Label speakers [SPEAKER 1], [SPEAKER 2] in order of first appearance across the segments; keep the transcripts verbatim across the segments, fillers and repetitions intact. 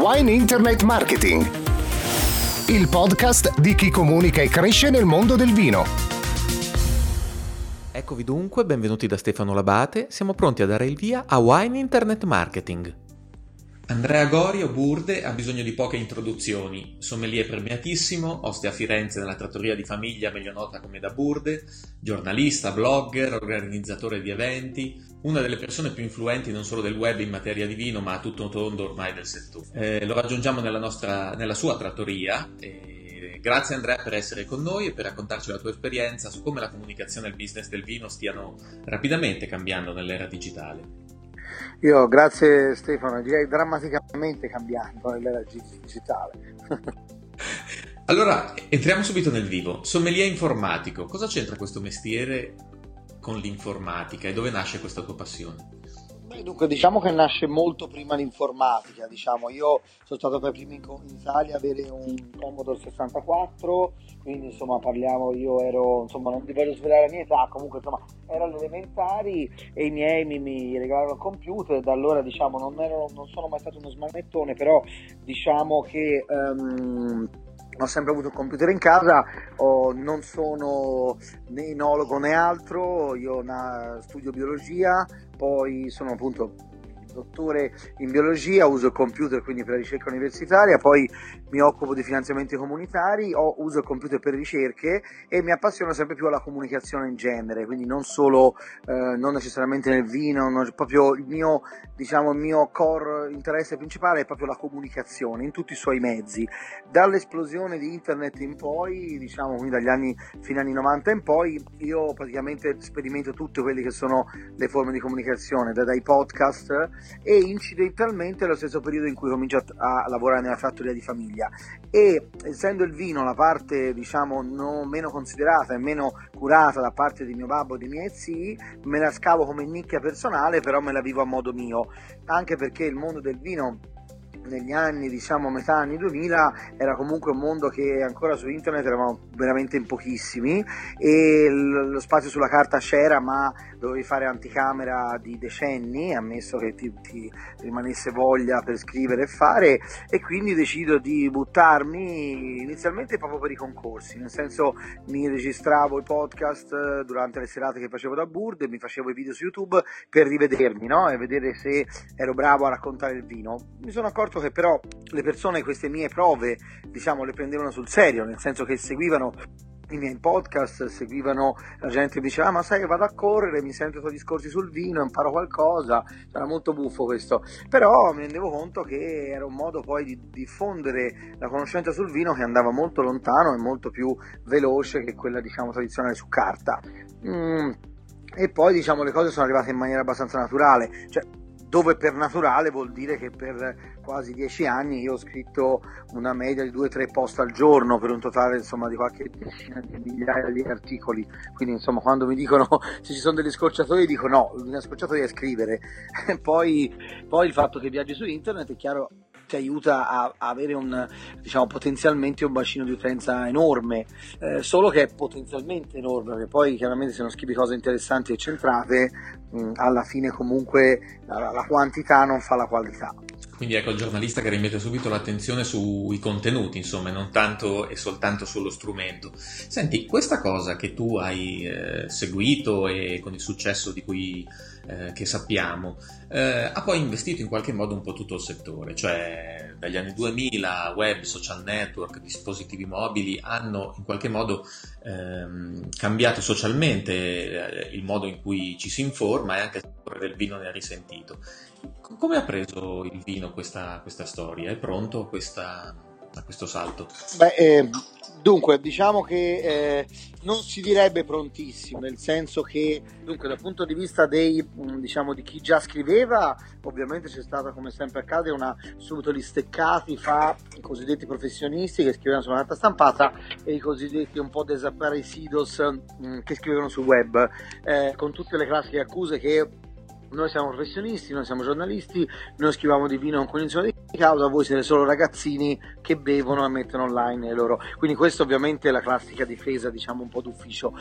[SPEAKER 1] Wine Internet Marketing, il podcast di chi comunica e cresce nel mondo del vino.
[SPEAKER 2] Eccovi dunque, benvenuti da Stefano Labate, siamo pronti a dare il via a Wine Internet Marketing. Andrea Gorio, Burde, ha bisogno di poche introduzioni. Sommelier premiatissimo, oste a Firenze nella trattoria di famiglia meglio nota come da Burde, giornalista, blogger, organizzatore di eventi, una delle persone più influenti non solo del web in materia di vino ma a tutto tondo ormai del settore. Eh, lo raggiungiamo nella, nostra, nella sua trattoria. E grazie Andrea per essere con noi e per raccontarci la tua esperienza su come la comunicazione e il business del vino stiano rapidamente cambiando nell'era digitale.
[SPEAKER 3] Io grazie Stefano, direi drammaticamente cambiando nell'era digitale.
[SPEAKER 2] Allora, entriamo subito nel vivo. Sommelier informatico, cosa c'entra questo mestiere con l'informatica e dove nasce questa tua passione?
[SPEAKER 3] Beh, dunque, diciamo che nasce molto prima l'informatica, diciamo. Io sono stato per primo in Italia a avere un Commodore sessantaquattro, quindi insomma parliamo, io ero, insomma non ti voglio svelare la mia età, comunque insomma ero alle elementari e i miei mi, mi regalarono il computer, e da allora diciamo non, ero, non sono mai stato uno smanettone, però diciamo che um, ho sempre avuto un computer in casa, oh, non sono né enologo né altro, io na, studio biologia, poi sono appunto dottore in biologia, uso il computer quindi per la ricerca universitaria, poi mi occupo di finanziamenti comunitari, ho, uso il computer per ricerche e mi appassiono sempre più alla comunicazione in genere, quindi non solo, eh, non necessariamente nel vino, non, proprio il mio, diciamo, il mio core interesse principale è proprio la comunicazione in tutti i suoi mezzi. Dall'esplosione di internet in poi, diciamo quindi dagli anni, fino agli anni novanta in poi, io praticamente sperimento tutte quelle che sono le forme di comunicazione, da, dai podcast, e incidentalmente è lo stesso periodo in cui comincio a, a lavorare nella fattoria di famiglia e essendo il vino la parte diciamo non meno considerata e meno curata da parte di mio babbo e dei miei zii, me la scavo come nicchia personale, però me la vivo a modo mio, anche perché il mondo del vino negli anni, diciamo metà anni duemila, era comunque un mondo che ancora su internet eravamo veramente in pochissimi e lo spazio sulla carta c'era, ma dovevi fare anticamera di decenni, ammesso che ti, ti rimanesse voglia per scrivere e fare, e quindi decido di buttarmi inizialmente proprio per i concorsi, nel senso mi registravo i podcast durante le serate che facevo da Burde, mi facevo i video su YouTube per rivedermi, no? E vedere se ero bravo a raccontare il vino. Mi sono accorto che però le persone queste mie prove, diciamo, le prendevano sul serio, nel senso che seguivano i miei podcast, seguivano la gente che diceva ah, ma sai che vado a correre, mi sento i tuoi discorsi sul vino, imparo qualcosa, era molto buffo questo, però mi rendevo conto che era un modo poi di diffondere la conoscenza sul vino che andava molto lontano e molto più veloce che quella diciamo tradizionale su carta. Mm. E poi diciamo le cose sono arrivate in maniera abbastanza naturale, cioè dove per naturale vuol dire che per quasi dieci anni io ho scritto una media di due o tre post al giorno per un totale insomma di qualche decina di migliaia di articoli, quindi insomma quando mi dicono se ci sono degli scorciatoie dico no, l'unica scorciatoia è scrivere. poi, poi il fatto che viaggi su internet è chiaro ti aiuta a, a avere un diciamo potenzialmente un bacino di utenza enorme, eh, solo che è potenzialmente enorme, perché poi chiaramente se non scrivi cose interessanti e centrate mh, alla fine comunque la, la quantità non fa la qualità.
[SPEAKER 2] Quindi ecco il giornalista che rimette subito l'attenzione sui contenuti, insomma, non tanto e soltanto sullo strumento. Senti, questa cosa che tu hai eh, seguito e con il successo di cui eh, che sappiamo, eh, ha poi investito in qualche modo un po' tutto il settore, cioè dagli anni duemila web, social network, dispositivi mobili hanno in qualche modo ehm, cambiato socialmente eh, il modo in cui ci si informa e anche il settore del vino ne ha risentito. Come ha preso il vino questa, questa storia? È pronto a, questa, a questo salto?
[SPEAKER 3] Beh, eh, dunque, diciamo che eh, non si direbbe prontissimo, nel senso che, dunque, dal punto di vista dei, diciamo, di chi già scriveva, ovviamente c'è stata, come sempre accade, una subito gli steccati fra i cosiddetti professionisti che scrivevano sulla carta stampata e i cosiddetti un po' desaparecidos mh, che scrivevano sul web, eh, con tutte le classiche accuse che noi siamo professionisti, noi siamo giornalisti, noi scriviamo di vino con cognizione di causa, voi siete solo ragazzini che bevono e mettono online le loro. Quindi questa ovviamente è la classica difesa, diciamo un po' d'ufficio.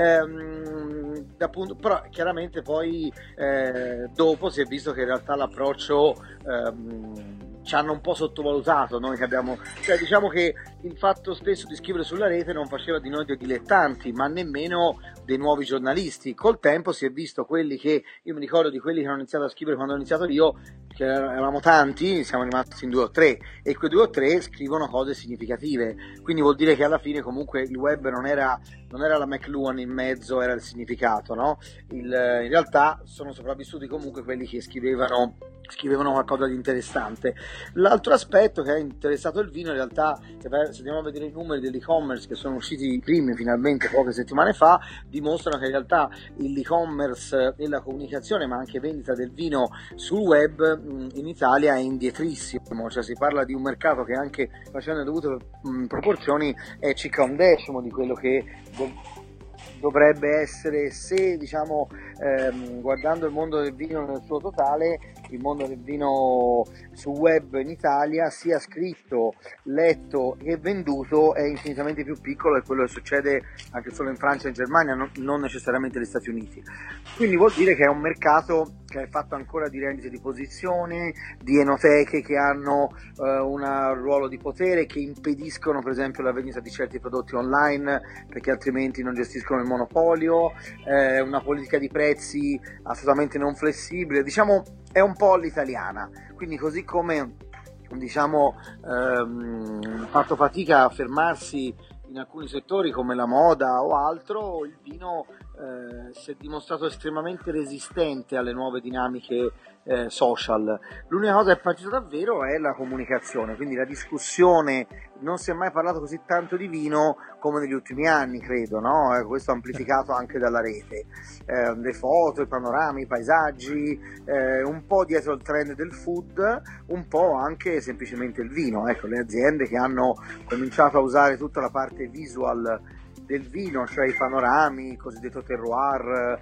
[SPEAKER 3] Ehm, appunto, però chiaramente poi eh, dopo si è visto che in realtà l'approccio ehm, ci hanno un po' sottovalutato noi che abbiamo, cioè diciamo che il fatto stesso di scrivere sulla rete non faceva di noi dei dilettanti, ma nemmeno dei nuovi giornalisti. Col tempo si è visto quelli che, io mi ricordo di quelli che hanno iniziato a scrivere quando ho iniziato io, che eravamo tanti, siamo rimasti in due o tre, e quei due o tre scrivono cose significative, quindi vuol dire che alla fine comunque il web non era, non era la McLuhan in mezzo, era il significato, no? Il, in realtà sono sopravvissuti comunque quelli che scrivevano scrivevano qualcosa di interessante. L'altro aspetto che ha interessato il vino, in realtà, se andiamo a vedere i numeri dell'e-commerce che sono usciti i primi finalmente poche settimane fa, dimostrano che in realtà l'e-commerce e la comunicazione, ma anche vendita del vino sul web in Italia è indietrissimo, cioè si parla di un mercato che, anche facendo le dovute proporzioni, è circa un decimo di quello che dovrebbe essere, se diciamo ehm, guardando il mondo del vino nel suo totale, il mondo del vino su web in Italia, sia scritto, letto che venduto, è infinitamente più piccolo di quello che succede anche solo in Francia e in Germania, non, non necessariamente negli Stati Uniti. Quindi vuol dire che è un mercato che è fatto ancora di rendite di posizione, di enoteche che hanno eh, un ruolo di potere, che impediscono per esempio la vendita di certi prodotti online perché altrimenti non gestiscono il monopolio, eh, una politica di prezzi assolutamente non flessibile, diciamo è un po' all'italiana. Quindi così come diciamo ehm, fatto fatica a fermarsi in alcuni settori come la moda o altro, il vino eh, si è dimostrato estremamente resistente alle nuove dinamiche eh, social. L'unica cosa che è partita davvero è la comunicazione, quindi la discussione. Non si è mai parlato così tanto di vino come negli ultimi anni, credo, no? Eh, questo amplificato anche dalla rete. Eh, le foto, i panorami, i paesaggi, eh, un po' dietro il trend del food, un po' anche semplicemente il vino. Ecco, le aziende che hanno cominciato a usare tutta la parte visual del vino, cioè i panorami, il cosiddetto terroir,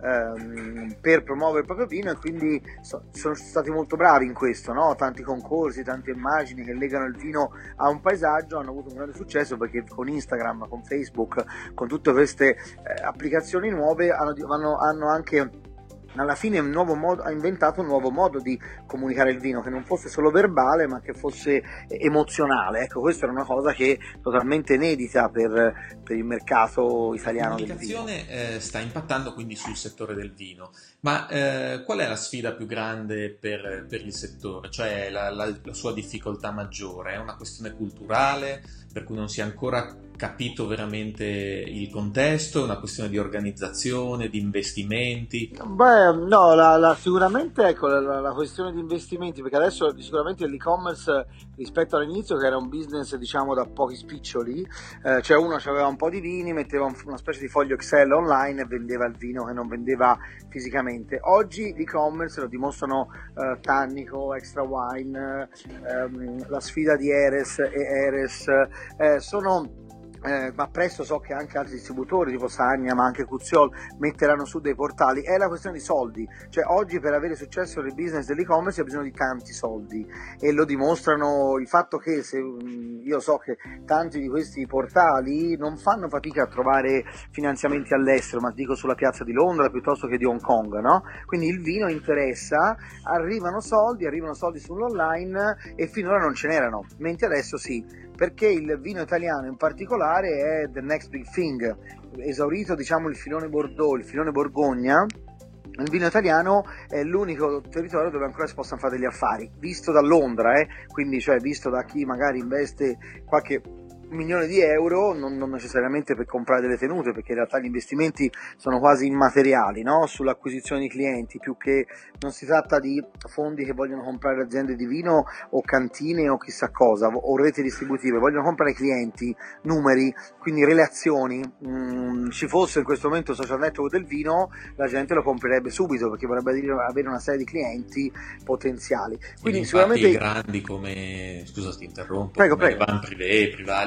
[SPEAKER 3] ehm, per promuovere il proprio vino, e quindi so, sono stati molto bravi in questo, no? Tanti concorsi, tante immagini che legano il vino a un paesaggio hanno avuto un grande successo, perché con Instagram, con Facebook, con tutte queste eh, applicazioni nuove hanno, hanno, hanno anche alla fine un nuovo modo, ha inventato un nuovo modo di comunicare il vino, che non fosse solo verbale ma che fosse emozionale. Ecco, questa era una cosa che è totalmente inedita per, per il mercato italiano del vino.
[SPEAKER 2] La comunicazione eh, sta impattando quindi sul settore del vino, ma eh, qual è la sfida più grande per, per il settore? Cioè la, la, la sua difficoltà maggiore? È una questione culturale, per cui non si è ancora capito veramente il contesto, è una questione di organizzazione, di investimenti?
[SPEAKER 3] Beh, no, la, la, sicuramente ecco la, la questione di investimenti, perché adesso sicuramente l'e-commerce rispetto all'inizio, che era un business diciamo da pochi spiccioli, eh, cioè uno aveva un po' di vini, metteva un, una specie di foglio Excel online e vendeva il vino che non vendeva fisicamente. Oggi l'e-commerce, lo dimostrano eh, Tannico, Extra Wine, ehm, la sfida di Eres e Eres, eh, sono Eh, ma presto so che anche altri distributori tipo Sagna, ma anche Cuziol, metteranno su dei portali. È la questione di soldi, cioè oggi per avere successo nel business dell'e-commerce hai bisogno di tanti soldi, e lo dimostrano il fatto che se, io so che tanti di questi portali non fanno fatica a trovare finanziamenti all'estero, ma dico sulla piazza di Londra piuttosto che di Hong Kong, no? Quindi il vino interessa, arrivano soldi, arrivano soldi sull'online, e finora non ce n'erano, mentre adesso sì, perché il vino italiano in particolare è the next big thing. Esaurito diciamo il filone Bordeaux, il filone Borgogna, il vino italiano è l'unico territorio dove ancora si possono fare degli affari, visto da Londra, eh? Quindi cioè visto da chi magari investe qualche milione di euro, non, non necessariamente per comprare delle tenute, perché in realtà gli investimenti sono quasi immateriali, no? Sull'acquisizione di clienti, più che non si tratta di fondi che vogliono comprare aziende di vino o cantine o chissà cosa, o reti distributive, vogliono comprare clienti, numeri, quindi relazioni. Mm, ci fosse in questo momento il social network del vino, la gente lo comprerebbe subito, perché vorrebbe dire avere una serie di clienti potenziali. Quindi
[SPEAKER 2] infatti
[SPEAKER 3] sicuramente
[SPEAKER 2] i grandi come, scusa ti interrompo,
[SPEAKER 3] prego,
[SPEAKER 2] come
[SPEAKER 3] prego.
[SPEAKER 2] Van Privé, Privalia,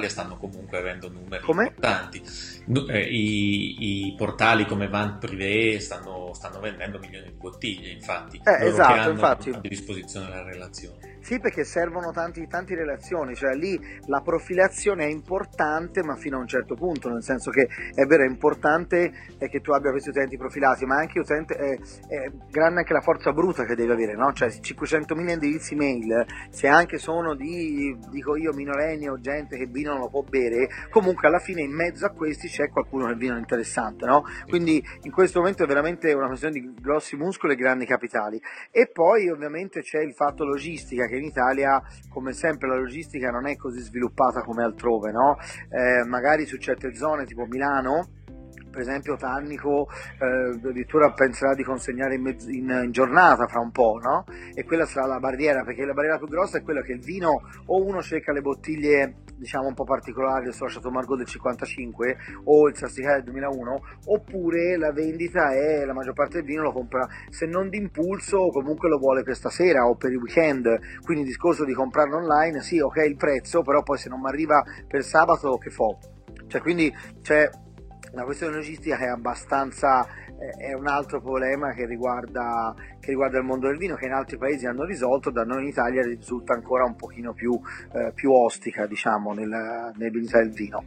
[SPEAKER 2] Italia stanno comunque avendo numeri
[SPEAKER 3] Come?
[SPEAKER 2] importanti. Nu- eh, i, i portali come Vente Privé stanno, stanno vendendo milioni di bottiglie, infatti,
[SPEAKER 3] Eh,
[SPEAKER 2] loro
[SPEAKER 3] esatto,
[SPEAKER 2] che hanno
[SPEAKER 3] infatti.
[SPEAKER 2] a disposizione la relazione.
[SPEAKER 3] Sì, perché servono tanti, tanti relazioni, cioè lì la profilazione è importante, ma fino a un certo punto, nel senso che è vero, è importante è che tu abbia questi utenti profilati, ma anche utente, è, è grande anche la forza bruta che devi avere, no? Cioè cinquecentomila indirizzi mail, se anche sono di, dico io, minorenni o gente che il vino non lo può bere, comunque alla fine in mezzo a questi c'è qualcuno che il vino è interessante, no? Quindi in questo momento è veramente una questione di grossi muscoli e grandi capitali. E poi ovviamente c'è il fatto logistica, che in Italia, come sempre, la logistica non è così sviluppata come altrove, no? Eh, magari su certe zone tipo Milano, per esempio Tannico, eh, addirittura penserà di consegnare in, mezz- in, in giornata fra un po', no? E quella sarà la barriera, perché la barriera più grossa è quella che il vino, o uno cerca le bottiglie diciamo un po' particolari, il Chateau Margaux del cinquantacinque o il Sassicaia del duemilauno, oppure la vendita è, la maggior parte del vino lo compra, se non d'impulso, comunque lo vuole per stasera o per il weekend, quindi il discorso di comprarlo online, sì, ok il prezzo, però poi se non mi arriva per sabato che fo? Cioè, quindi c'è una questione logistica che è abbastanza, eh, è un altro problema che riguarda, che riguarda il mondo del vino, che in altri paesi hanno risolto, da noi in Italia risulta ancora un pochino più, eh, più ostica, diciamo, nel, nel vendita del vino.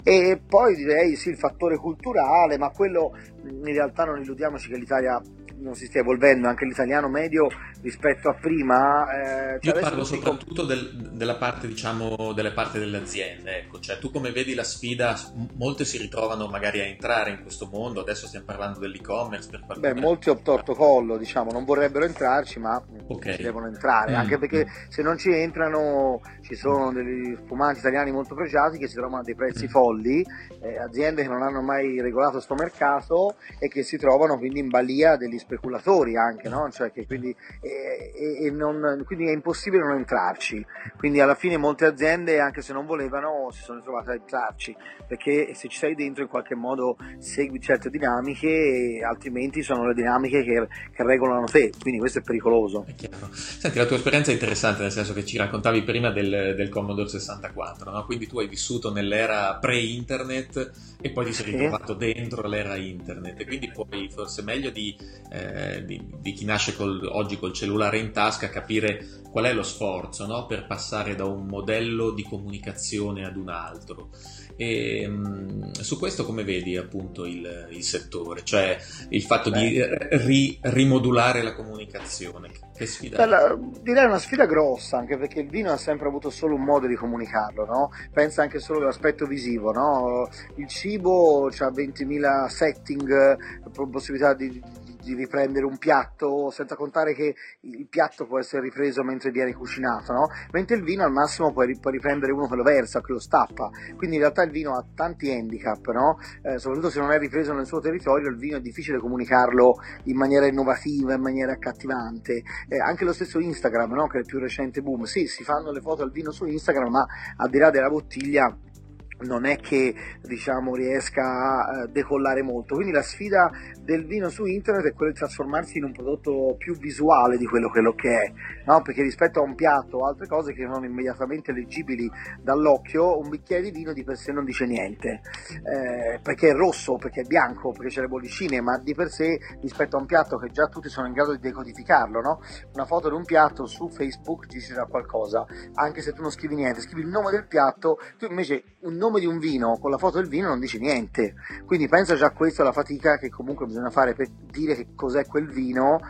[SPEAKER 3] E poi direi sì, il fattore culturale, ma quello in realtà non illudiamoci che l'Italia non si stia evolvendo, anche l'italiano medio rispetto a prima. Eh, cioè
[SPEAKER 2] Io parlo
[SPEAKER 3] tutti
[SPEAKER 2] soprattutto del- della parte, diciamo, delle parti delle aziende, ecco, cioè tu come vedi la sfida, m- molte si ritrovano magari a entrare in questo mondo, adesso stiamo parlando dell'e-commerce per
[SPEAKER 3] Beh,
[SPEAKER 2] qualcuno.
[SPEAKER 3] molti obtorto collo, diciamo, non vorrebbero entrarci, ma
[SPEAKER 2] Ok.
[SPEAKER 3] ci devono entrare,
[SPEAKER 2] Mm,
[SPEAKER 3] anche perché
[SPEAKER 2] mm,
[SPEAKER 3] se non ci entrano ci sono degli spumanti italiani molto pregiati che si trovano a dei prezzi
[SPEAKER 2] mm.
[SPEAKER 3] folli, eh, aziende che non hanno mai regolato sto mercato e che si trovano quindi in balia degli speculatori anche, no? Cioè che quindi, eh, e- e non- quindi è impossibile non entrarci, quindi alla fine molte aziende, anche se non volevano, si sono trovate a entrarci, perché se ci sei dentro in qualche modo segui certe dinamiche, e altrimenti sono le dinamiche che, che regolano te, quindi questo è pericoloso.
[SPEAKER 2] È chiaro. Senti, la tua esperienza è interessante, nel senso che ci raccontavi prima del, del Commodore sessantaquattro, no? Quindi tu hai vissuto nell'era pre-internet e poi ti sei
[SPEAKER 3] Sì.
[SPEAKER 2] ritrovato dentro l'era internet, e quindi puoi forse meglio di, eh, di, di chi nasce col- oggi col cellulare in tasca capire qual è lo sforzo, no? Per passare da un modello di comunicazione ad un altro. E, mh, su questo come vedi appunto il, il settore, cioè il fatto
[SPEAKER 3] Beh.
[SPEAKER 2] di eh, ri- rimodulare la comunicazione, che sfida è?
[SPEAKER 3] Bella, direi una sfida grossa, anche perché il vino ha sempre avuto solo un modo di comunicarlo, no? Pensa anche solo all'aspetto visivo, no? Il cibo ha ventimila setting, possibilità di, di- di riprendere un piatto, senza contare che il piatto può essere ripreso mentre viene cucinato, no? Mentre il vino al massimo puoi, puoi riprendere uno che lo versa, che lo stappa, quindi in realtà il vino ha tanti handicap, no? Eh, soprattutto se non è ripreso nel suo territorio, il vino è difficile comunicarlo in maniera innovativa, in maniera accattivante. Eh, anche lo stesso Instagram, no? Che è il più recente boom, sì, si fanno le foto al vino su Instagram, ma al di là della bottiglia non è che diciamo riesca a decollare molto, quindi la sfida del vino su internet è quella di trasformarsi in un prodotto più visuale di quello che lo che è, no? Perché rispetto a un piatto o altre cose che sono immediatamente leggibili dall'occhio, un bicchiere di vino di per sé non dice niente, eh, perché è rosso, perché è bianco, perché c'è le bollicine, ma di per sé rispetto a un piatto che già tutti sono in grado di decodificarlo, no? Una foto di un piatto su Facebook ci si dà qualcosa, anche se tu non scrivi niente, scrivi il nome del piatto, tu invece un nome di un vino con la foto del vino non dice niente, quindi pensa già a questo, alla fatica che comunque bisogna fare per dire che cos'è quel vino,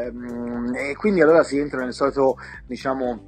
[SPEAKER 3] ehm, e quindi allora si entra nel solito, diciamo,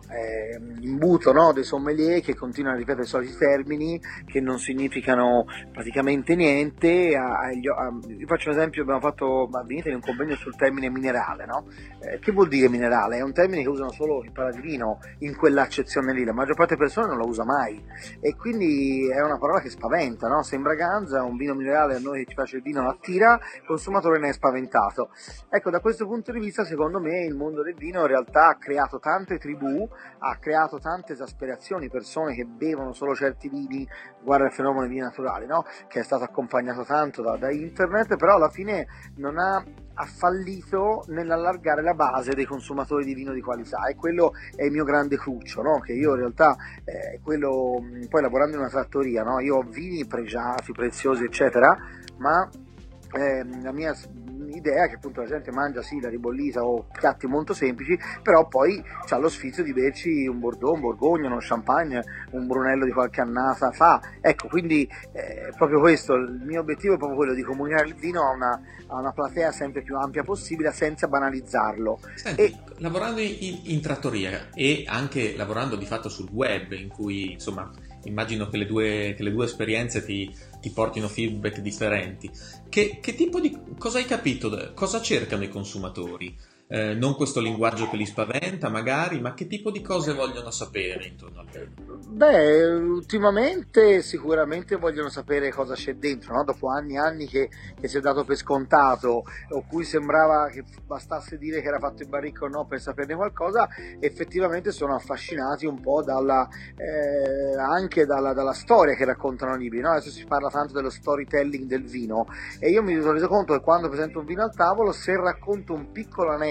[SPEAKER 3] eh, imbuto, no? Dei sommelier che continuano a ripetere i soliti termini che non significano praticamente niente. A, a, a, io faccio un esempio, abbiamo fatto a Venite un convegno sul termine minerale, no? Eh, che vuol dire minerale? È un termine che usano solo chi parla di vino in quell'accezione lì, la maggior parte delle persone non lo usa mai, e quindi è una parola che spaventa, no? Sembra ganza, un vino minerale a noi che ci piace il vino attira, il consumatore ne è spaventato. Ecco, da questo punto di vista secondo me il mondo del vino in realtà ha creato tante tribù ha creato tante esasperazioni, persone che bevono solo certi vini, guarda il fenomeno dei vini naturali, no? Che è stato accompagnato tanto da, da internet, però alla fine non ha, ha fallito nell'allargare la base dei consumatori di vino di qualità, e quello è il mio grande cruccio, no? Che io in realtà eh, quello, poi lavorando in una trattoria, no? Io ho vini pregiati, preziosi eccetera, ma eh, la mia idea è che appunto la gente mangia sì la ribollita o piatti molto semplici, però poi c'ha lo sfizio di berci un Bordeaux, un Borgogna, uno Champagne, un Brunello di qualche annata fa, ecco, quindi eh, proprio questo, il mio obiettivo è proprio quello di comunicare il vino a una, a una platea sempre più ampia possibile senza banalizzarlo.
[SPEAKER 2] Senti,
[SPEAKER 3] E
[SPEAKER 2] lavorando in, in trattoria e anche lavorando di fatto sul web, in cui insomma immagino che le due, che le due esperienze ti, ti portino feedback differenti, che, che tipo di cosa hai capito? Cosa cercano i consumatori? Eh, non questo linguaggio che li spaventa magari, ma che tipo di cose vogliono sapere intorno al vino?
[SPEAKER 3] Beh, ultimamente sicuramente vogliono sapere cosa c'è dentro, no? Dopo anni e anni che, che si è dato per scontato, o cui sembrava che bastasse dire che era fatto in barrica o no per saperne qualcosa, effettivamente sono affascinati un po' dalla, eh, anche dalla, dalla storia che raccontano i libri, no? Adesso si parla tanto dello storytelling del vino, e io mi sono reso conto che quando presento un vino al tavolo, se racconto un piccolo aneddoto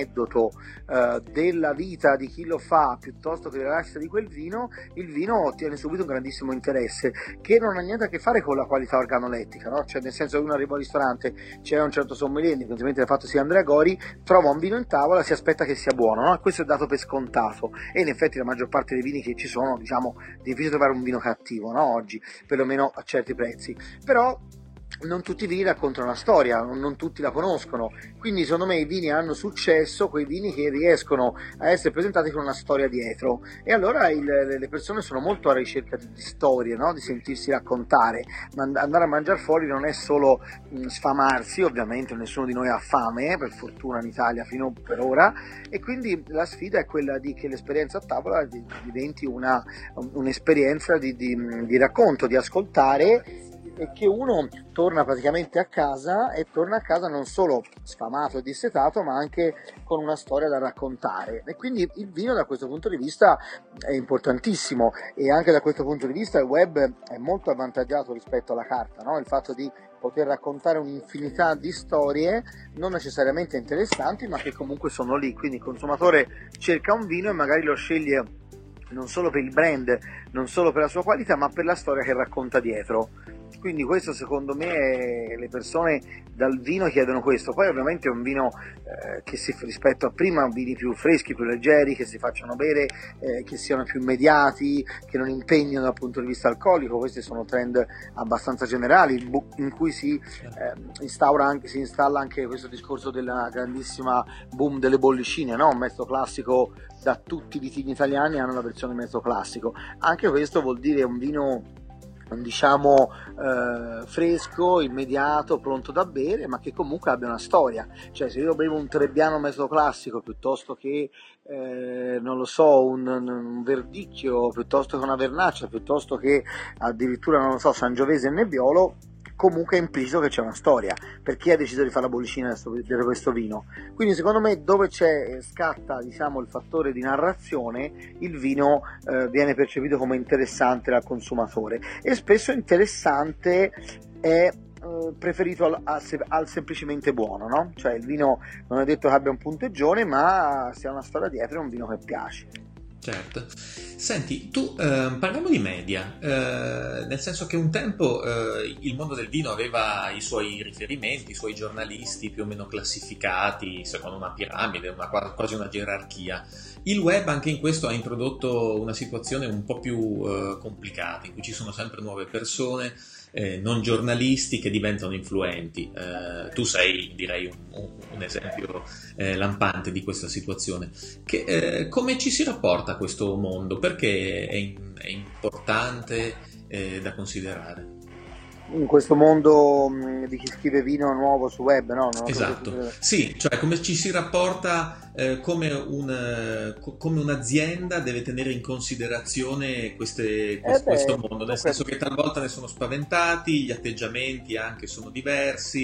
[SPEAKER 3] Uh, della vita di chi lo fa piuttosto che della nascita di quel vino, il vino ottiene subito un grandissimo interesse, che non ha niente a che fare con la qualità organolettica, no? Cioè, nel senso che uno arriva al ristorante, c'è un certo sommelier, indipendentemente dal fatto sia Andrea Gori, trova un vino in tavola, si aspetta che sia buono, no? Questo è dato per scontato, e in effetti la maggior parte dei vini che ci sono, diciamo, è difficile trovare un vino cattivo, no? Oggi, perlomeno a certi prezzi, però non tutti i vini raccontano una storia, non tutti la conoscono, quindi secondo me i vini hanno successo quei vini che riescono a essere presentati con una storia dietro, e allora il, le persone sono molto alla ricerca di, di storie, no? Di sentirsi raccontare, ma andare a mangiare fuori non è solo mh, sfamarsi, ovviamente nessuno di noi ha fame, eh, per fortuna in Italia fino per ora, e quindi la sfida è quella di che l'esperienza a tavola diventi una, un'esperienza di, di, di racconto, di ascoltare, e che uno torna praticamente a casa, e torna a casa non solo sfamato e dissetato, ma anche con una storia da raccontare. E quindi il vino da questo punto di vista è importantissimo, e anche da questo punto di vista il web è molto avvantaggiato rispetto alla carta, no? Il fatto di poter raccontare un'infinità di storie non necessariamente interessanti, ma che comunque sono lì, quindi il consumatore cerca un vino e magari lo sceglie non solo per il brand, non solo per la sua qualità, ma per la storia che racconta dietro. Quindi questo secondo me è, le persone dal vino chiedono questo. Poi ovviamente è un vino eh, che si, rispetto a prima, vini più freschi, più leggeri, che si facciano bere, eh, che siano più immediati, che non impegnino dal punto di vista alcolico. Questi sono trend abbastanza generali in cui si, eh, instaura anche, si installa anche questo discorso della grandissima boom delle bollicine, no? Un mezzo classico, da tutti i vitigni italiani hanno la versione mezzo classico. Anche questo vuol dire un vino, diciamo, eh, fresco, immediato, pronto da bere, ma che comunque abbia una storia. Cioè, se io bevo un Trebbiano mezzo classico piuttosto che eh, non lo so, un, un Verdicchio, piuttosto che una Vernaccia, piuttosto che addirittura, non lo so, Sangiovese e Nebbiolo, comunque è implicito che c'è una storia, per chi ha deciso di fare la bollicina di questo vino. Quindi secondo me dove c'è, scatta, diciamo, il fattore di narrazione, il vino eh, viene percepito come interessante dal consumatore, e spesso interessante è eh, preferito al, al, al semplicemente buono, no? Cioè il vino non è detto che abbia un punteggione, ma se ha una storia dietro è un vino che piace.
[SPEAKER 2] Certo. Senti, tu eh, parliamo di media, eh, nel senso che un tempo eh, il mondo del vino aveva i suoi riferimenti, i suoi giornalisti più o meno classificati secondo una piramide, una, quasi una gerarchia. Il web anche in questo ha introdotto una situazione un po' più eh, complicata, in cui ci sono sempre nuove persone, eh, non giornalisti, che diventano influenti. Eh, tu sei, direi, un, un esempio eh, lampante di questa situazione. Che, eh, come ci si rapporta a questo mondo? Perché è, in, è importante eh, da considerare?
[SPEAKER 3] In questo mondo mh, di chi scrive vino nuovo su web, no? Non
[SPEAKER 2] Esatto,
[SPEAKER 3] so.
[SPEAKER 2] sì, cioè come ci si rapporta, eh, come, un, eh, co- come un'azienda deve tenere in considerazione queste, quest-
[SPEAKER 3] Eh beh,
[SPEAKER 2] questo mondo, nel
[SPEAKER 3] comunque,
[SPEAKER 2] senso che talvolta ne sono spaventati, gli atteggiamenti anche sono diversi,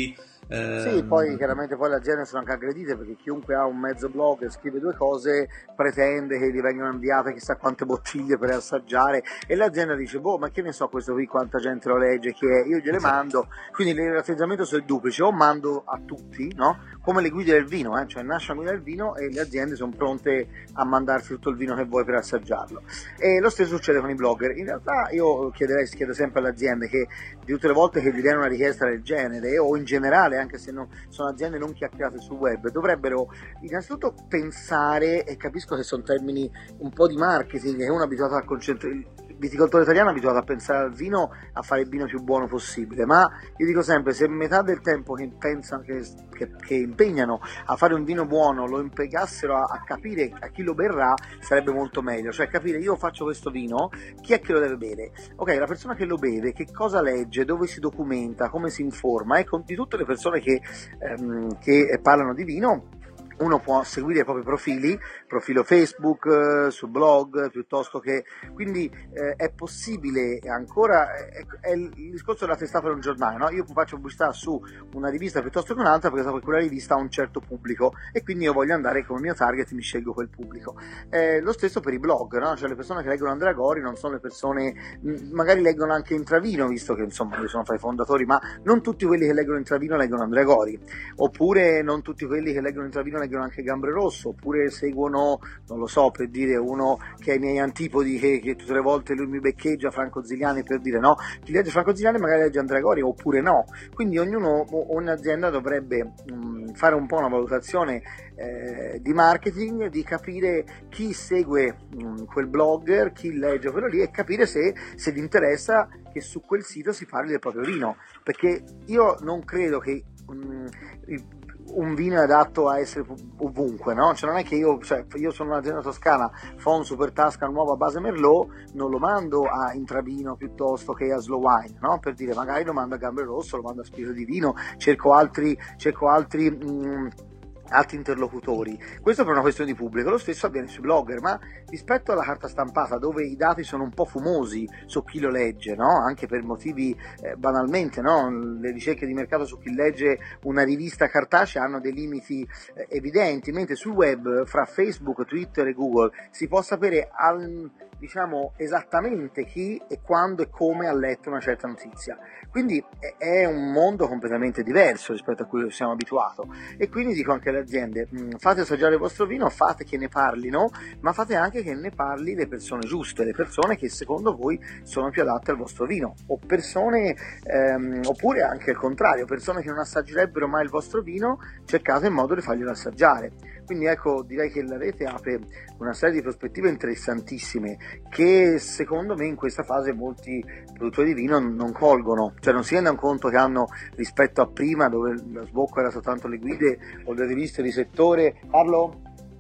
[SPEAKER 3] Sì, poi
[SPEAKER 2] Ehm,
[SPEAKER 3] chiaramente poi le aziende sono anche aggredite perché chiunque ha un mezzo blog e scrive due cose pretende che gli vengano inviate chissà quante bottiglie per assaggiare e l'azienda dice boh ma che ne so questo qui quanta gente lo legge, chi è, io gliele
[SPEAKER 2] esatto.
[SPEAKER 3] mando, quindi l'atteggiamento è duplice, o mando a tutti, no? Come le guide del vino, eh? Cioè nasce la guida del vino e le aziende sono pronte a mandarti tutto il vino che vuoi per assaggiarlo e lo stesso succede con i blogger. In realtà io chiederei, chiedo sempre alle aziende che di tutte le volte che gli viene una richiesta del genere o in generale anche se non, sono aziende non chiacchierate sul web, dovrebbero innanzitutto pensare, e capisco che sono termini un po' di marketing, che uno è abituato a concentrare, il viticoltore italiano è abituato a pensare al vino, a fare il vino più buono possibile, ma io dico sempre, se metà del tempo che pensano, che, che, che impegnano a fare un vino buono lo impiegassero a, a capire a chi lo berrà, sarebbe molto meglio, cioè capire io faccio questo vino, chi è che lo deve bere? Ok, la persona che lo beve, che cosa legge, dove si documenta, come si informa, ecco, di tutte le persone che ehm, che parlano di vino, uno può seguire i propri profili, profilo Facebook, eh, su blog, piuttosto che... Quindi eh, è possibile ancora... È, è il discorso della testata di un giornale, no? Io faccio pubblicità su una rivista piuttosto che un'altra perché so che quella rivista ha un certo pubblico e quindi io voglio andare come mio target, mi scelgo quel pubblico. Eh, lo stesso per i blog, no? Cioè le persone che leggono Andrea Gori non sono le persone... magari leggono anche Intravino, visto che insomma io sono fra i fondatori, ma non tutti quelli che leggono Intravino leggono Andrea Gori, oppure non tutti quelli che leggono Intravino leggono anche Gambre Rosso, oppure seguono, non lo so, per dire uno che è ai miei antipodi, che, che tutte le volte lui mi beccheggia, Franco Ziliani, per dire no, chi legge Franco Ziliani magari legge Andrea Gori, oppure no, quindi ognuno, ogni azienda dovrebbe mh, fare un po' una valutazione eh, di marketing, di capire chi segue mh, quel blogger, chi legge quello lì e capire se, se gli interessa che su quel sito si parli del proprio vino, perché io non credo che mh, il, un vino è adatto a essere ovunque, no? Cioè non è che io, cioè io sono un'azienda toscana, fa un super tasca nuovo a base Merlot, non lo mando a Intravino piuttosto che a Slow Wine, no? Per dire, magari lo mando a Gambre Rosso, lo mando a Spirito di Vino, cerco altri, cerco altri mh, altri interlocutori. Questo per una questione di pubblico, lo stesso avviene sui blogger, ma rispetto alla carta stampata dove i dati sono un po' fumosi su chi lo legge, no? Anche per motivi eh, banalmente, no? Le ricerche di mercato su chi legge una rivista cartacea hanno dei limiti eh, evidenti, mentre sul web fra Facebook, Twitter e Google si può sapere al, diciamo esattamente chi e quando e come ha letto una certa notizia, quindi è un mondo completamente diverso rispetto a cui siamo abituati e quindi dico anche alle aziende, mh, fate assaggiare il vostro vino, fate che ne parlino, ma fate anche che ne parli le persone giuste, le persone che secondo voi sono più adatte al vostro vino, o persone ehm, oppure anche il contrario, persone che non assaggerebbero mai il vostro vino, cercate il modo di farglielo assaggiare. Quindi ecco, direi che la rete apre una serie di prospettive interessantissime che secondo me in questa fase molti produttori di vino non colgono, cioè non si rendono conto che hanno rispetto a prima dove lo sbocco era soltanto le guide o le riviste di settore. Carlo?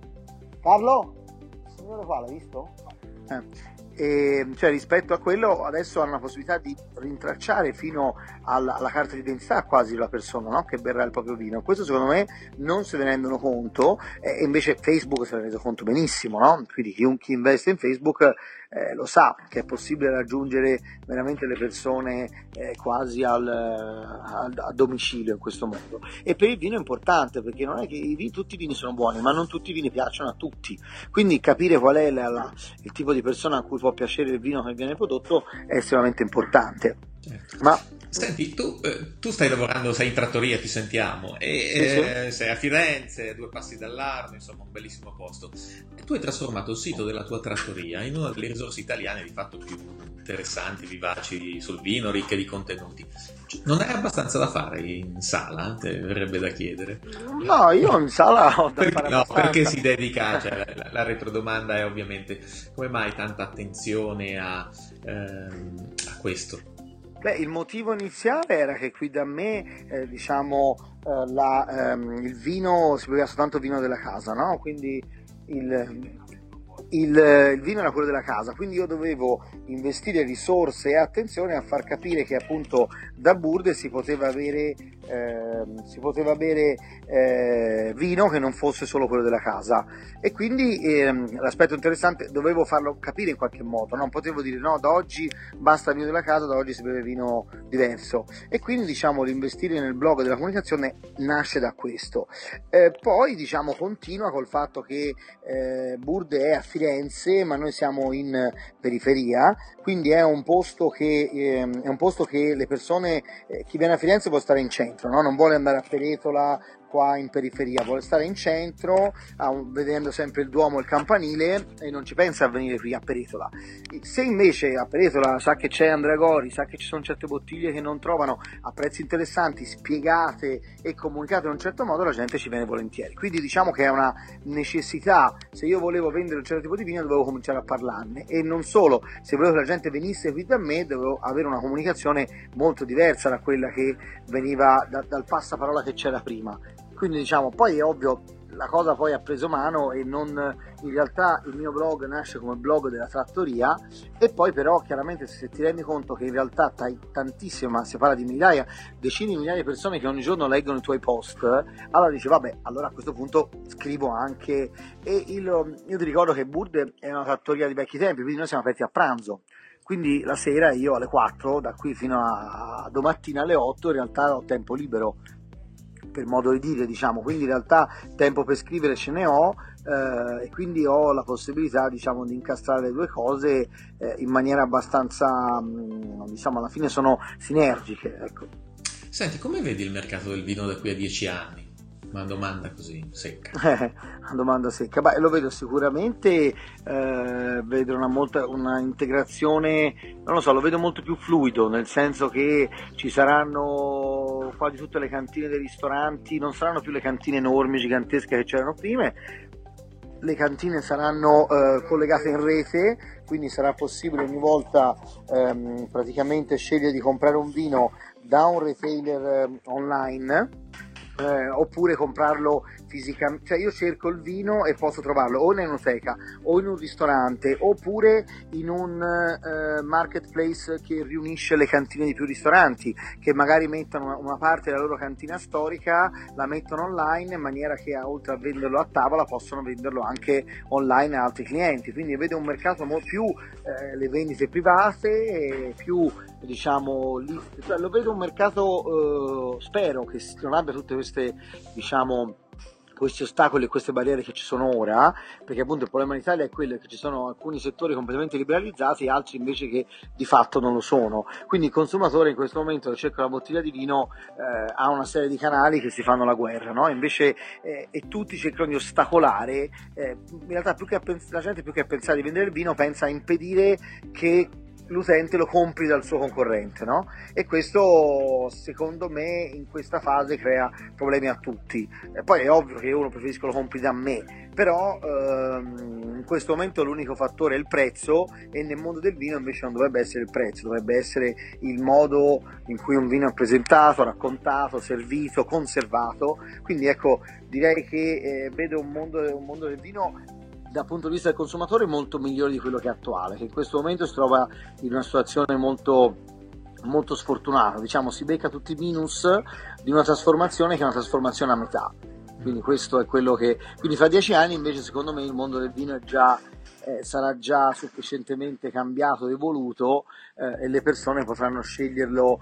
[SPEAKER 3] Carlo? Il signore qua l'ha visto? Eh. E, cioè rispetto a quello adesso hanno la possibilità di rintracciare fino alla, alla carta d'identità quasi la persona, no? Che berrà il proprio vino. Questo secondo me non se ne rendono conto eh, e invece Facebook se ne è reso conto benissimo, no? Quindi chiunque investe in Facebook eh, lo sa che è possibile raggiungere veramente le persone eh, quasi al, al, a domicilio in questo modo. E per il vino è importante perché non è che i vini, tutti i vini sono buoni, ma non tutti i vini piacciono a tutti, quindi capire qual è la, la, il tipo di persona a cui può piacere il vino che viene prodotto è estremamente importante.
[SPEAKER 2] Certo.
[SPEAKER 3] Ma
[SPEAKER 2] senti, tu, eh, tu stai lavorando, sei in trattoria, ti sentiamo, e
[SPEAKER 3] sì, sì.
[SPEAKER 2] eh, sei a Firenze, a due passi dall'Arno, insomma un bellissimo posto. E tu hai trasformato il sito della tua trattoria in una delle risorse italiane di fatto più interessanti, vivaci sul vino, ricche di contenuti. Non hai abbastanza da fare in sala? Te verrebbe da chiedere.
[SPEAKER 3] No, io in sala ho da
[SPEAKER 2] Perché,
[SPEAKER 3] fare
[SPEAKER 2] no,
[SPEAKER 3] abbastanza.
[SPEAKER 2] perché si dedica, cioè, la, la retrodomanda è ovviamente come mai tanta attenzione a, ehm, a questo?
[SPEAKER 3] Beh, il motivo iniziale era che qui da me, eh, diciamo, eh, la, ehm, il vino, si beveva soltanto vino della casa, no? Quindi il, Il, il vino era quello della casa, quindi io dovevo investire risorse e attenzione a far capire che appunto da Burde si poteva avere, eh, si poteva bere eh, vino che non fosse solo quello della casa, e quindi eh, l'aspetto interessante, dovevo farlo capire in qualche modo, non potevo dire no, da oggi basta il vino della casa, da oggi si beve vino diverso, e quindi diciamo l'investire nel blog della comunicazione nasce da questo. Eh, poi diciamo continua col fatto che eh, Burde è a Firenze, ma noi siamo in periferia, quindi è un posto che, eh, è un posto che le persone, eh, chi viene a Firenze vuole stare in centro, no? Non vuole andare a Peretola qua in periferia, vuole stare in centro, ah, vedendo sempre il Duomo e il campanile, e non ci pensa a venire qui a Peretola. Se invece a Peretola sa che c'è Andrea Gori, sa che ci sono certe bottiglie che non trovano a prezzi interessanti, spiegate e comunicate in un certo modo, la gente ci viene volentieri. Quindi diciamo che è una necessità. Se io volevo vendere un certo tipo di vino dovevo cominciare a parlarne, e non solo, se volevo che la gente venisse qui da me dovevo avere una comunicazione molto diversa da quella che veniva da, dal passaparola che c'era prima. Quindi diciamo, poi è ovvio, la cosa poi ha preso mano, e non, in realtà il mio blog nasce come blog della trattoria, e poi però chiaramente se ti rendi conto che in realtà hai tantissime, ma si parla di migliaia, decine di migliaia di persone che ogni giorno leggono i tuoi post, allora dici vabbè, allora a questo punto scrivo anche. E il, io ti ricordo che Burde è una trattoria di vecchi tempi, quindi noi siamo aperti a pranzo. Quindi la sera io alle quattro, da qui fino a domattina alle otto, in realtà ho tempo libero, per modo di dire, diciamo, quindi in realtà tempo per scrivere ce ne ho, eh, e quindi ho la possibilità, diciamo, di incastrare le due cose eh, in maniera abbastanza, mh, diciamo, alla fine sono sinergiche, ecco.
[SPEAKER 2] Senti, come vedi il mercato del vino da qui a dieci anni? Una domanda così secca.
[SPEAKER 3] Eh, una domanda secca. Beh, lo vedo sicuramente, eh, vedo una, molta, una integrazione, non lo so, lo vedo molto più fluido, nel senso che ci saranno quasi tutte le cantine dei ristoranti, non saranno più le cantine enormi, gigantesche che c'erano prima, le cantine saranno eh, collegate in rete, quindi sarà possibile ogni volta ehm, praticamente scegliere di comprare un vino da un retailer eh, online, Eh, oppure comprarlo fisicamente, cioè io cerco il vino e posso trovarlo o in enoteca o in un ristorante, oppure in un eh, marketplace che riunisce le cantine di più ristoranti, che magari mettono una, una parte della loro cantina storica, la mettono online in maniera che oltre a venderlo a tavola possono venderlo anche online a altri clienti. Quindi vedo un mercato molto più eh, le vendite private, e più diciamo lì, cioè, lo vedo un mercato, eh, spero che non abbia tutte queste, diciamo, questi ostacoli e queste barriere che ci sono ora, perché appunto il problema in Italia è quello che ci sono alcuni settori completamente liberalizzati e altri invece che di fatto non lo sono. Quindi il consumatore in questo momento che cerca la bottiglia di vino eh, ha una serie di canali che si fanno la guerra, no? Invece eh, e tutti cercano di ostacolare, eh, in realtà più che a pens- la gente più che a pensare di vendere il vino pensa a impedire che l'utente lo compri dal suo concorrente, no? E questo secondo me in questa fase crea problemi a tutti. E poi è ovvio che uno preferisco lo compri da me, però ehm, in questo momento l'unico fattore è il prezzo, e nel mondo del vino invece non dovrebbe essere il prezzo, dovrebbe essere il modo in cui un vino è presentato, raccontato, servito, conservato. Quindi ecco, direi che eh, vedo un mondo, un mondo del vino dal punto di vista del consumatore molto migliore di quello che è attuale, che in questo momento si trova in una situazione molto, molto sfortunata, diciamo, si becca tutti i minus di una trasformazione che è una trasformazione a metà. Quindi questo è quello che, quindi fra dieci anni invece secondo me il mondo del vino è già Eh, sarà già sufficientemente cambiato, evoluto, eh, e le persone potranno sceglierlo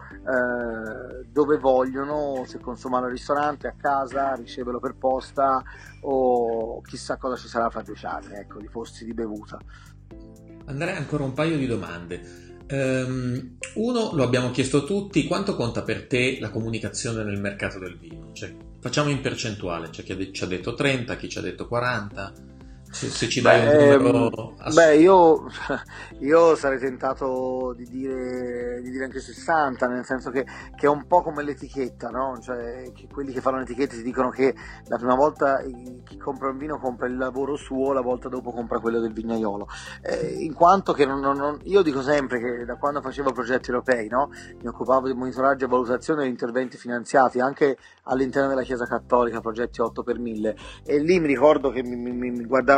[SPEAKER 3] eh, dove vogliono, se consumarlo al ristorante, a casa, riceverlo per posta, o chissà cosa ci sarà fra dieci anni, ecco, di posti di bevuta.
[SPEAKER 2] Andrea, ancora un paio di domande. Um, uno, lo abbiamo chiesto tutti, quanto conta per te la comunicazione nel mercato del vino? Cioè, facciamo in percentuale, c'è chi ci ha detto trenta, chi ci ha detto quaranta. Se, se ci dai beh, un numero
[SPEAKER 3] ass- beh io, io sarei tentato di dire, di dire anche sessanta, nel senso che, che è un po' come l'etichetta, no? Cioè, che quelli che fanno le etichette ti dicono che la prima volta chi compra un vino compra il lavoro suo, la volta dopo compra quello del vignaiolo, eh, in quanto che non, non, non, io dico sempre che da quando facevo progetti europei, no? Mi occupavo di monitoraggio e valutazione degli interventi finanziati anche all'interno della Chiesa Cattolica, progetti otto per mille, e lì mi ricordo che mi, mi, mi guardavano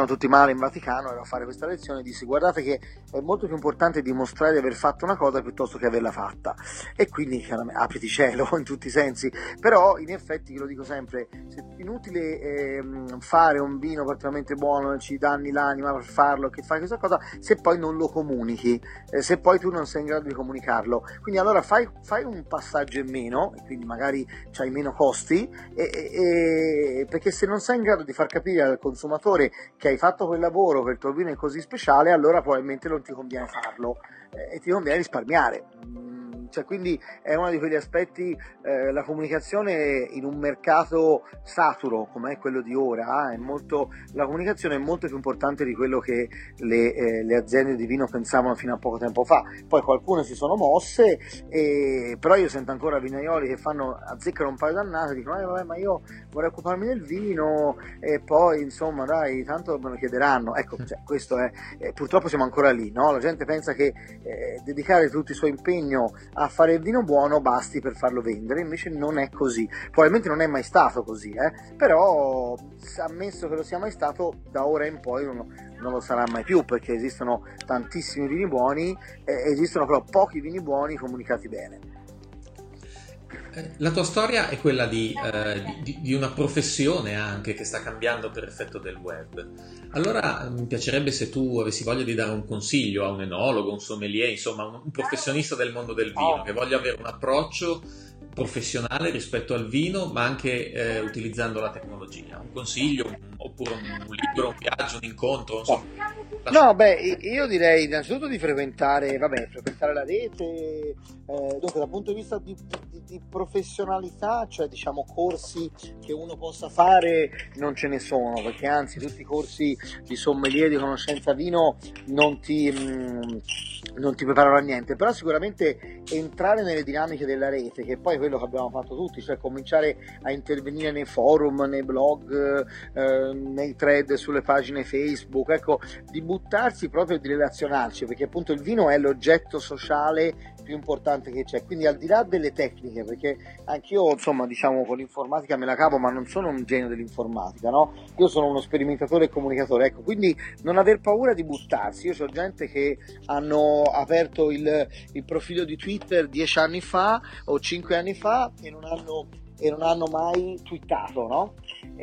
[SPEAKER 3] guardavano tutti male in Vaticano, ero a fare questa lezione e dissi: guardate che è molto più importante dimostrare di aver fatto una cosa piuttosto che averla fatta, e quindi chiaramente apriti cielo in tutti i sensi. Però in effetti, lo dico sempre, è inutile eh, fare un vino particolarmente buono, ci danni l'anima per farlo, che fai questa cosa, se poi non lo comunichi, eh, se poi tu non sei in grado di comunicarlo. Quindi allora fai, fai un passaggio in meno, e quindi magari c'hai meno costi, e, e, perché se non sei in grado di far capire al consumatore che hai fatto quel lavoro, che il tuo vino è così speciale, allora probabilmente non ti conviene farlo, eh, e ti conviene risparmiare. Cioè, quindi è uno di quegli aspetti, eh, la comunicazione in un mercato saturo come è quello di ora, è molto, la comunicazione è molto più importante di quello che le, eh, le aziende di vino pensavano fino a poco tempo fa. Poi qualcune si sono mosse, e, però io sento ancora vinaioli che fanno, azzeccano un paio d'annate e dicono eh, vabbè, ma io vorrei occuparmi del vino, e poi insomma dai, tanto me lo chiederanno. Ecco, cioè, questo è, eh, purtroppo siamo ancora lì, no? La gente pensa che eh, dedicare tutto il suo impegno a fare il vino buono basti per farlo vendere, invece non è così, probabilmente non è mai stato così, eh? Però ammesso che lo sia mai stato, da ora in poi non, non lo sarà mai più, perché esistono tantissimi vini buoni, eh, esistono però pochi vini buoni comunicati bene.
[SPEAKER 2] La tua storia è quella di, eh, di, di una professione anche che sta cambiando per effetto del web. Allora mi piacerebbe se tu avessi voglia di dare un consiglio a un enologo, un sommelier, insomma un, un professionista del mondo del vino che voglia avere un approccio professionale rispetto al vino, ma anche eh, utilizzando la tecnologia. Un consiglio, un, oppure un, un libro, un viaggio, un incontro, insomma.
[SPEAKER 3] No, beh, io direi innanzitutto di frequentare, vabbè, frequentare la rete, eh, dunque dal punto di vista di, di, di professionalità, cioè diciamo corsi che uno possa fare, non ce ne sono, perché anzi tutti i corsi di sommelier, di conoscenza vino non ti, mh, non ti preparano a niente, però sicuramente entrare nelle dinamiche della rete, che poi è quello che abbiamo fatto tutti, cioè cominciare a intervenire nei forum, nei blog, eh, nei thread, sulle pagine Facebook, ecco, di buttarsi proprio, di relazionarci, perché appunto il vino è l'oggetto sociale più importante che c'è, quindi al di là delle tecniche, perché anch'io insomma diciamo con l'informatica me la cavo, ma non sono un genio dell'informatica, no? Io sono uno sperimentatore e comunicatore, ecco, quindi non aver paura di buttarsi. Io ho gente che hanno aperto il, il profilo di Twitter dieci anni fa o cinque anni fa e non hanno e non hanno mai twittato, no?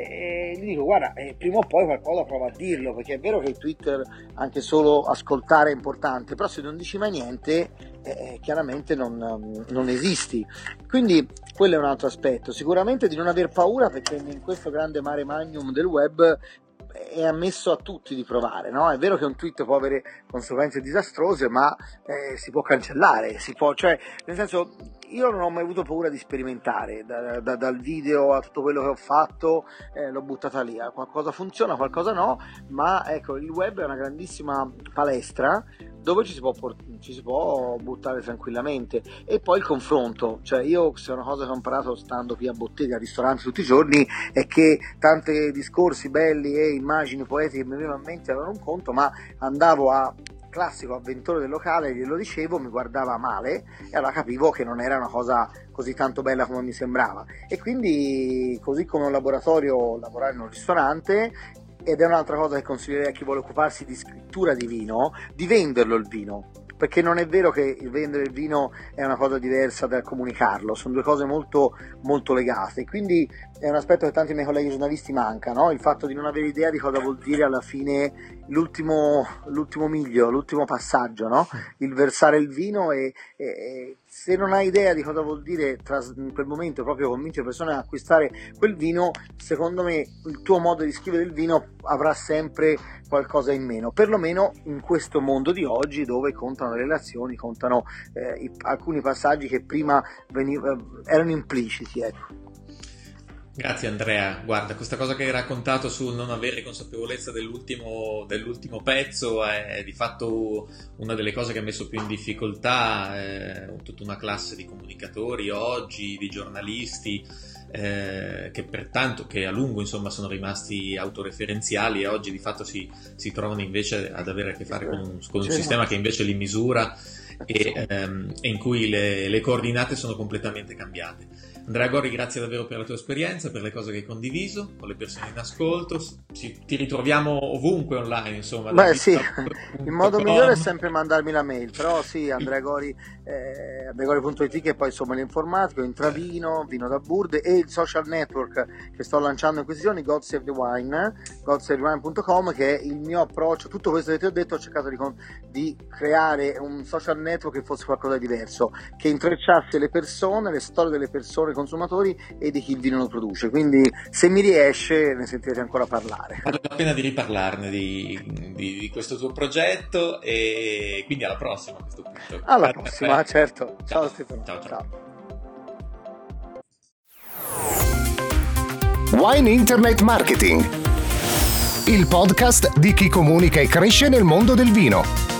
[SPEAKER 3] E gli dico guarda, eh, prima o poi qualcosa prova a dirlo, perché è vero che il Twitter anche solo ascoltare è importante, però se non dici mai niente eh, chiaramente non, non esisti. Quindi quello è un altro aspetto, sicuramente di non aver paura, perché in questo grande mare magnum del web è ammesso a tutti di provare, no? È vero che un tweet può avere conseguenze disastrose, ma eh, si può cancellare, si può, cioè, nel senso, io non ho mai avuto paura di sperimentare, da, da, dal video a tutto quello che ho fatto, eh, l'ho buttata lì, qualcosa funziona, qualcosa no, ma ecco, il web è una grandissima palestra dove ci si può, ci si può buttare tranquillamente. E poi il confronto, cioè io, se è una cosa che ho imparato stando qui a bottega, a ristoranti tutti i giorni, è che tanti discorsi belli e immagini poetiche che mi venivano in mente erano un conto, ma andavo a classico avventore del locale, glielo dicevo, mi guardava male e allora capivo che non era una cosa così tanto bella come mi sembrava. E quindi, così come un laboratorio, lavorare in un ristorante, ed è un'altra cosa che consiglierei a chi vuole occuparsi di scrittura di vino, di venderlo il vino, perché non è vero che il vendere il vino è una cosa diversa dal comunicarlo, sono due cose molto molto legate. Quindi è un aspetto che tanti miei colleghi giornalisti manca, no? Il fatto di non avere idea di cosa vuol dire alla fine l'ultimo, l'ultimo miglio, l'ultimo passaggio, no? Il versare il vino, e, e, e se non hai idea di cosa vuol dire tras- in quel momento proprio convincere persone ad acquistare quel vino, secondo me il tuo modo di scrivere il vino avrà sempre qualcosa in meno, perlomeno in questo mondo di oggi dove contano le relazioni, contano eh, i, alcuni passaggi che prima veniv- erano impliciti, ecco.
[SPEAKER 2] Grazie Andrea, guarda, questa cosa che hai raccontato sul non avere consapevolezza dell'ultimo, dell'ultimo pezzo è di fatto una delle cose che ha messo più in difficoltà eh, tutta una classe di comunicatori oggi, di giornalisti, eh, che pertanto, che a lungo insomma sono rimasti autoreferenziali e oggi di fatto si, si trovano invece ad avere a che fare con un, con un sistema che invece li misura. e, ehm, e in cui le, le coordinate sono completamente cambiate. Andrea Gori, grazie davvero per la tua esperienza, per le cose che hai condiviso con le persone in ascolto. Ci, ti ritroviamo ovunque online, insomma.
[SPEAKER 3] Beh sì, il modo migliore è sempre mandarmi la mail, però sì, Andrea Gori, eh, andreagori punto it, che poi insomma l'informatico, Intravino, Vino da Burde, e il social network che sto lanciando in questi giorni, God Save the Wine, god save the wine punto com, che è il mio approccio. Tutto questo che ti ho detto, ho cercato di, di creare un social network che fosse qualcosa di diverso, che intrecciasse le persone, le storie delle persone, consumatori e di chi il vino lo produce. Quindi se mi riesce ne sentirete ancora parlare.
[SPEAKER 2] Vale la pena di riparlarne di, di, di questo tuo progetto, e quindi alla prossima a questo punto.
[SPEAKER 3] Alla prossima, certo. Ciao,
[SPEAKER 2] ciao
[SPEAKER 3] Stefano.
[SPEAKER 2] Ciao, ciao.
[SPEAKER 3] ciao.
[SPEAKER 1] Wine Internet Marketing, il podcast di chi comunica e cresce nel mondo del vino.